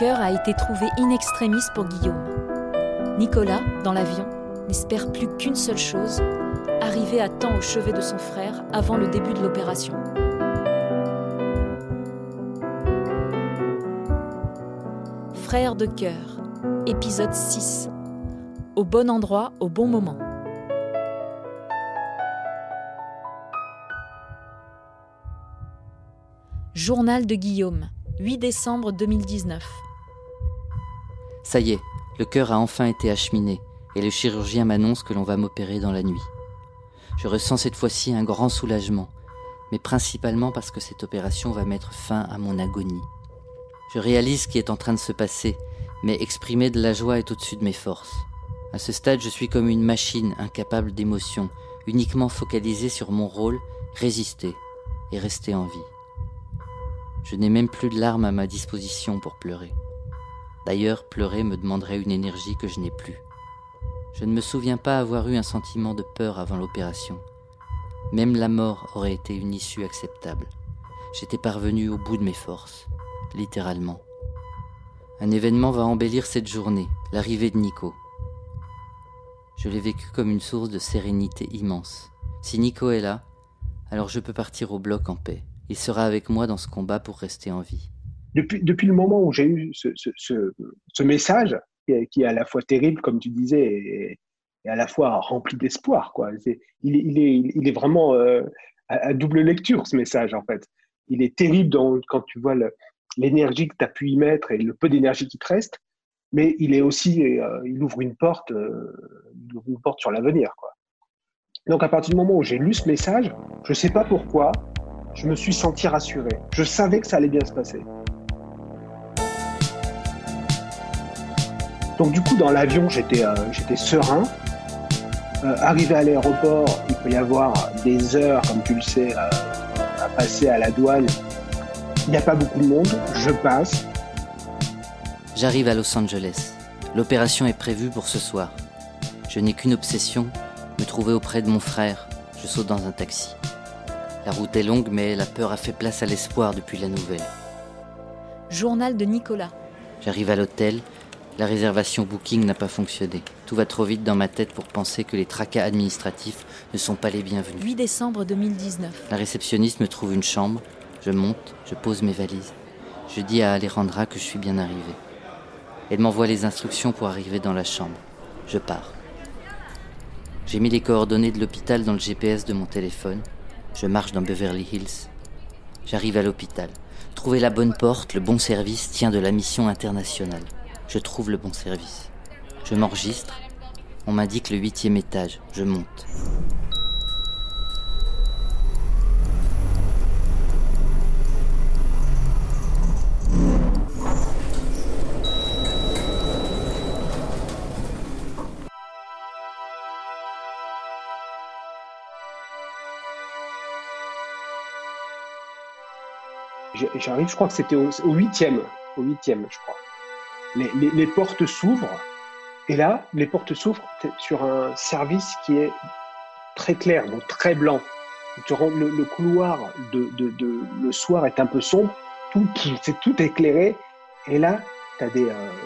cœur a été trouvé in extremis pour Guillaume. Nicolas, dans l'avion, n'espère plus qu'une seule chose, arriver à temps au chevet de son frère avant le début de l'opération. Frères de cœur, épisode 6. Au bon endroit, au bon moment. Journal de Guillaume, 8 décembre 2019. Ça y est, le cœur a enfin été acheminé et le chirurgien m'annonce que l'on va m'opérer dans la nuit. Je ressens cette fois-ci un grand soulagement, mais principalement parce que cette opération va mettre fin à mon agonie. Je réalise ce qui est en train de se passer, mais exprimer de la joie est au-dessus de mes forces. À ce stade, je suis comme une machine incapable d'émotion, uniquement focalisée sur mon rôle, résister et rester en vie. Je n'ai même plus de larmes à ma disposition pour pleurer. D'ailleurs, pleurer me demanderait une énergie que je n'ai plus. Je ne me souviens pas avoir eu un sentiment de peur avant l'opération. Même la mort aurait été une issue acceptable. J'étais parvenu au bout de mes forces, littéralement. Un événement va embellir cette journée, l'arrivée de Nico. Je l'ai vécu comme une source de sérénité immense. Si Nico est là, alors je peux partir au bloc en paix. Il sera avec moi dans ce combat pour rester en vie. Depuis le moment où j'ai eu ce message, qui est à la fois terrible, comme tu disais, et à la fois rempli d'espoir, quoi. Il est vraiment à double lecture, ce message, en fait. Il est terrible quand tu vois l'énergie que tu as pu y mettre et le peu d'énergie qui te reste, mais il est aussi, il ouvre une porte sur l'avenir, quoi. Donc, à partir du moment où j'ai lu ce message, je ne sais pas pourquoi, je me suis senti rassuré. Je savais que ça allait bien se passer. Donc du coup, dans l'avion, j'étais serein. Arrivé à l'aéroport, il peut y avoir des heures, comme tu le sais, à passer à la douane. Il n'y a pas beaucoup de monde, je passe. J'arrive à Los Angeles. L'opération est prévue pour ce soir. Je n'ai qu'une obsession, me trouver auprès de mon frère. Je saute dans un taxi. La route est longue, mais la peur a fait place à l'espoir depuis la nouvelle. Journal de Nicolas. J'arrive à l'hôtel. La réservation Booking n'a pas fonctionné. Tout va trop vite dans ma tête pour penser que les tracas administratifs ne sont pas les bienvenus. 8 décembre 2019. La réceptionniste me trouve une chambre. Je monte, je pose mes valises. Je dis à Alejandra que je suis bien arrivé. Elle m'envoie les instructions pour arriver dans la chambre. Je pars. J'ai mis les coordonnées de l'hôpital dans le GPS de mon téléphone. Je marche dans Beverly Hills. J'arrive à l'hôpital. Trouver la bonne porte, le bon service tient de la mission internationale. Je trouve le bon service. Je m'enregistre. On m'indique le 8e étage. Je monte. J'arrive, je crois que c'était au 8e, je crois. Les portes s'ouvrent, et là, les portes s'ouvrent sur un service qui est très clair, donc très blanc. Le couloir le soir est un peu sombre, c'est tout éclairé, et là, t'as des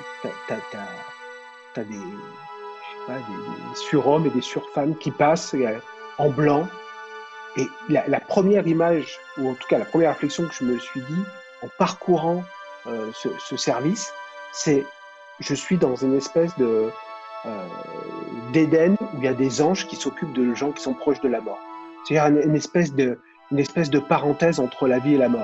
surhommes et des surfemmes qui passent en blanc. Et la première image, ou en tout cas la première réflexion que je me suis dit en parcourant ce service, c'est je suis dans une espèce d'Éden où il y a des anges qui s'occupent de gens qui sont proches de la mort. C'est-à-dire une espèce de parenthèse entre la vie et la mort.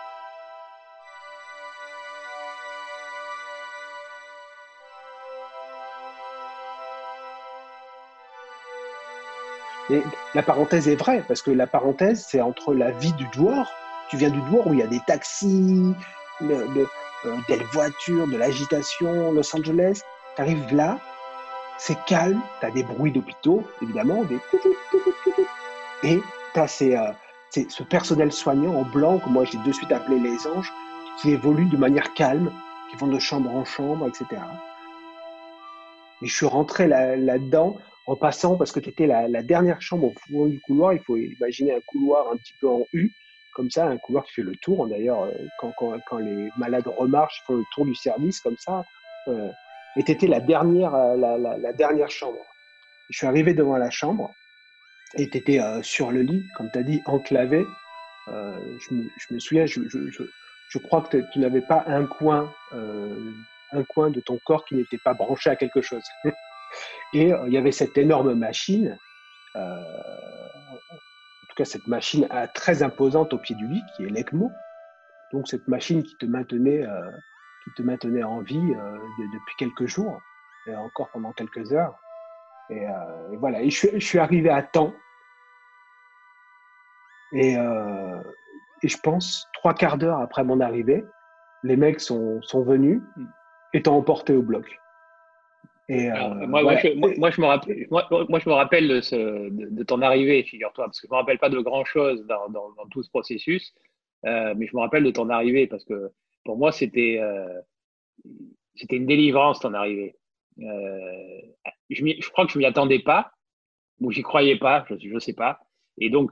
Et la parenthèse est vraie, parce que la parenthèse, c'est entre la vie du dehors. Tu viens du dehors où il y a des taxis, des voitures, de l'agitation, Los Angeles. Tu arrives là, c'est calme, tu as des bruits d'hôpitaux, évidemment, et tu as ce personnel soignant en blanc, que moi j'ai de suite appelé les anges, qui évoluent de manière calme, qui vont de chambre en chambre, etc. Et je suis rentré là-dedans en passant, parce que tu étais la dernière chambre au fond du couloir. Il faut imaginer un couloir un petit peu en U, comme ça, un couloir qui fait le tour. D'ailleurs, quand les malades remarchent, ils font le tour du service comme ça. Et t'étais la dernière chambre. Je suis arrivé devant la chambre et t'étais sur le lit, comme tu as dit, enclavé. Je me souviens, je crois que tu n'avais pas un coin de ton corps qui n'était pas branché à quelque chose. Et il y avait cette énorme machine, en tout cas cette machine très imposante au pied du lit, qui est l'ECMO. Donc cette machine qui te maintenait en vie depuis quelques jours, et encore pendant quelques heures. Et voilà, et je suis arrivé à temps. Et je pense, 3/4 d'heure après mon arrivée, les mecs sont venus et t'ont emporté au bloc. Et moi, je me rappelle de ton arrivée, figure-toi, parce que je me rappelle pas de grand-chose dans tout ce processus, mais je me rappelle de ton arrivée, parce que pour moi, c'était une délivrance, ton arrivée. Je crois que je m'y attendais pas, ou j'y croyais pas, je sais pas. Et donc,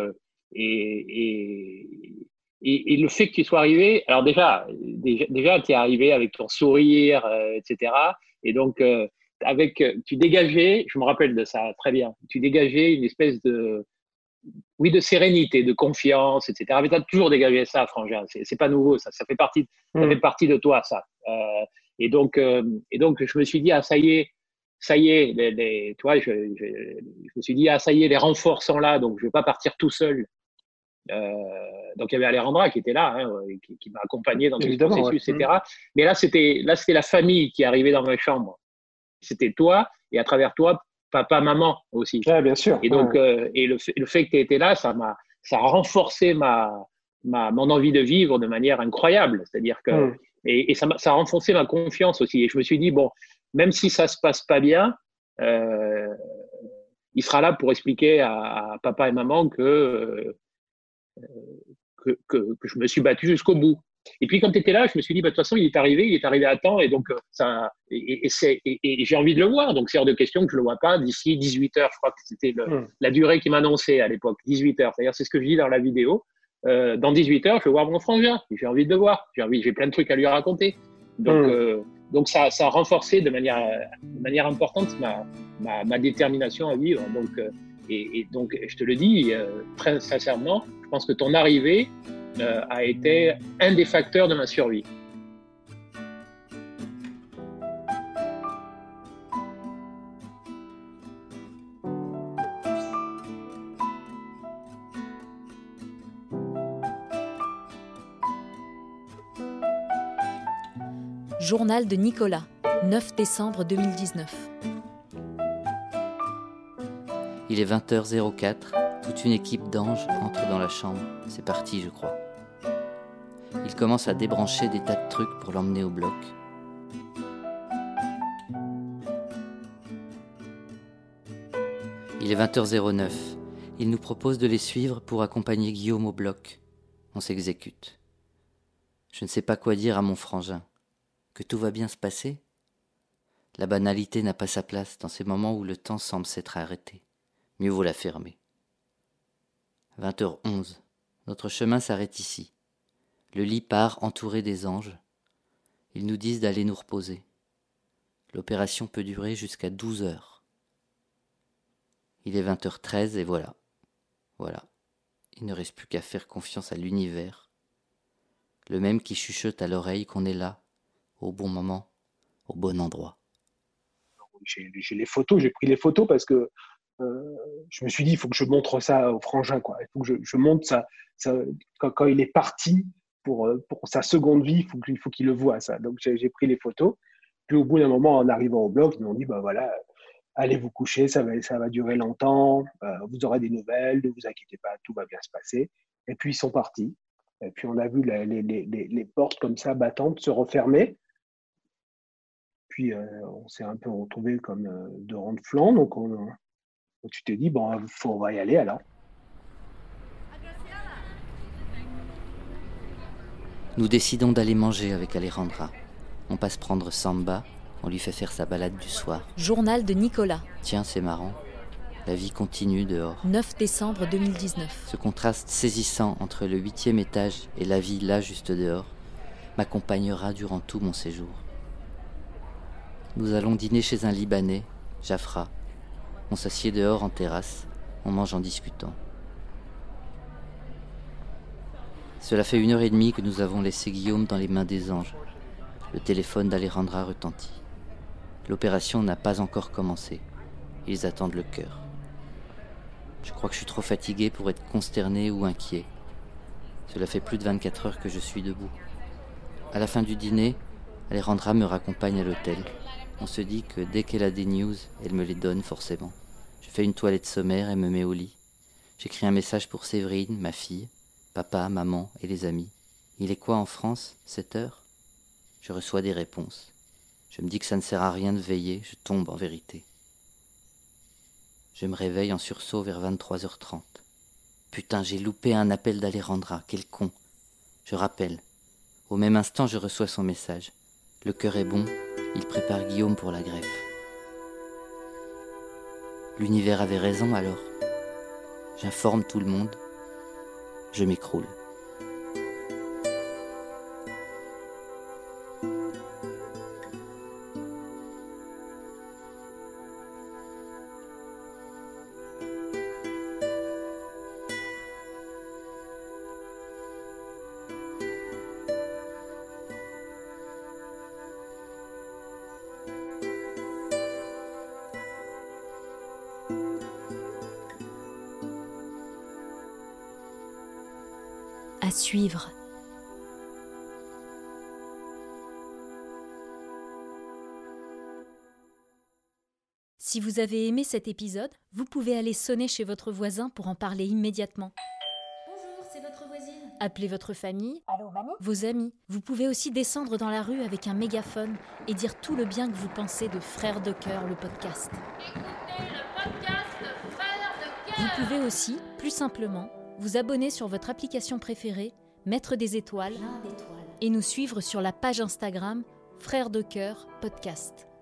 et le fait que tu sois arrivé, alors déjà tu es arrivé avec ton sourire, etc. Et donc, tu dégageais, je me rappelle de ça très bien, tu dégageais une espèce de sérénité, de confiance, etc. Mais tu as toujours dégagé ça, Frangin. C'est pas nouveau, ça fait partie de toi, ça. Et donc, je me suis dit, ça y est, tu vois, je me suis dit, ça y est, les renforts sont là, donc je vais pas partir tout seul. Donc il y avait Alejandra qui était là, qui m'a accompagné dans tout ce processus, etc. Mais là c'était la famille qui arrivait dans ma chambre. C'était toi et à travers toi papa, maman aussi. Ouais, bien sûr. Et donc et le fait que tu étais là, ça a renforcé mon envie de vivre de manière incroyable. C'est-à-dire que et ça a renforcé ma confiance aussi. Et je me suis dit bon, même si ça se passe pas bien, il sera là pour expliquer à papa et maman que je me suis battu jusqu'au bout. Et puis quand tu étais là, je me suis dit, de toute façon, il est arrivé à temps, et donc et j'ai envie de le voir, donc c'est hors de question que je le vois pas d'ici 18 heures. Je crois que c'était la durée qu'il m'annonçait à l'époque, 18 heures. C'est-à-dire, c'est ce que je dis dans la vidéo. Dans 18 heures, je vais voir mon frangin. J'ai envie de le voir. J'ai plein de trucs à lui raconter. Donc ça a renforcé de manière importante ma détermination à vivre. Et donc, je te le dis très sincèrement, je pense que ton arrivée a été un des facteurs de ma survie. Journal de Nicolas, 9 décembre 2019. Il est 20h04, toute une équipe d'anges entre dans la chambre. C'est parti, je crois. Il commence à débrancher des tas de trucs pour l'emmener au bloc. Il est 20h09. Il nous propose de les suivre pour accompagner Guillaume au bloc. On s'exécute. Je ne sais pas quoi dire à mon frangin. Que tout va bien se passer ? La banalité n'a pas sa place dans ces moments où le temps semble s'être arrêté. Mieux vaut la fermer. 20h11. Notre chemin s'arrête ici. Le lit part entouré des anges. Ils nous disent d'aller nous reposer. L'opération peut durer jusqu'à 12 heures. Il est 20h13 et voilà. Voilà. Il ne reste plus qu'à faire confiance à l'univers. Le même qui chuchote à l'oreille qu'on est là, au bon moment, au bon endroit. J'ai les photos, j'ai pris les photos parce que je me suis dit, il faut que je montre ça au frangin, quoi. Il faut que je montre ça quand il est parti pour sa seconde vie, il faut qu'il le voie, ça. Donc j'ai pris les photos. Puis au bout d'un moment, en arrivant au bloc, ils m'ont dit, voilà, allez vous coucher, ça va durer longtemps, vous aurez des nouvelles, ne vous inquiétez pas, tout va bien se passer. Et puis ils sont partis. Et puis on a vu les portes comme ça battantes se refermer. Puis on s'est un peu retrouvés comme deux rangs de flanc. Donc tu t'es dit, on va y aller alors. Nous décidons d'aller manger avec Alejandra. On passe prendre Samba, on lui fait faire sa balade du soir. Journal de Nicolas. Tiens, c'est marrant. La vie continue dehors. 9 décembre 2019. Ce contraste saisissant entre le 8e étage et la vie là juste dehors m'accompagnera durant tout mon séjour. Nous allons dîner chez un Libanais, Jafra. On s'assied dehors en terrasse, on mange en discutant. Cela fait 1h30 que nous avons laissé Guillaume dans les mains des anges. Le téléphone d'Alejandra retentit. L'opération n'a pas encore commencé. Ils attendent le cœur. Je crois que je suis trop fatigué pour être consterné ou inquiet. Cela fait plus de 24 heures que je suis debout. À la fin du dîner, Alejandra me raccompagne à l'hôtel. On se dit que dès qu'elle a des news, elle me les donne forcément. Je fais une toilette sommaire et me mets au lit. J'écris un message pour Séverine, ma fille, papa, maman et les amis. Il est quoi en France, 7 heures ? Je reçois des réponses. Je me dis que ça ne sert à rien de veiller, je tombe en vérité. Je me réveille en sursaut vers 23h30. Putain, j'ai loupé un appel d'Alejandra, quel con. Je rappelle. Au même instant, je reçois son message. Le cœur est bon, il prépare Guillaume pour la greffe. L'univers avait raison alors. J'informe tout le monde. Je m'écroule. À suivre. Si vous avez aimé cet épisode, vous pouvez aller sonner chez votre voisin pour en parler immédiatement. Bonjour, c'est votre voisine. Appelez votre famille, Allô, mamie? vos amis. Vous pouvez aussi descendre dans la rue avec un mégaphone et dire tout le bien que vous pensez de Frères de Cœur, le podcast. Écoutez le podcast Frères de Cœur. Vous pouvez aussi, plus simplement, vous abonner sur votre application préférée, mettre des étoiles Plein d'étoiles. et nous suivre sur la page Instagram Frères de Cœur Podcast.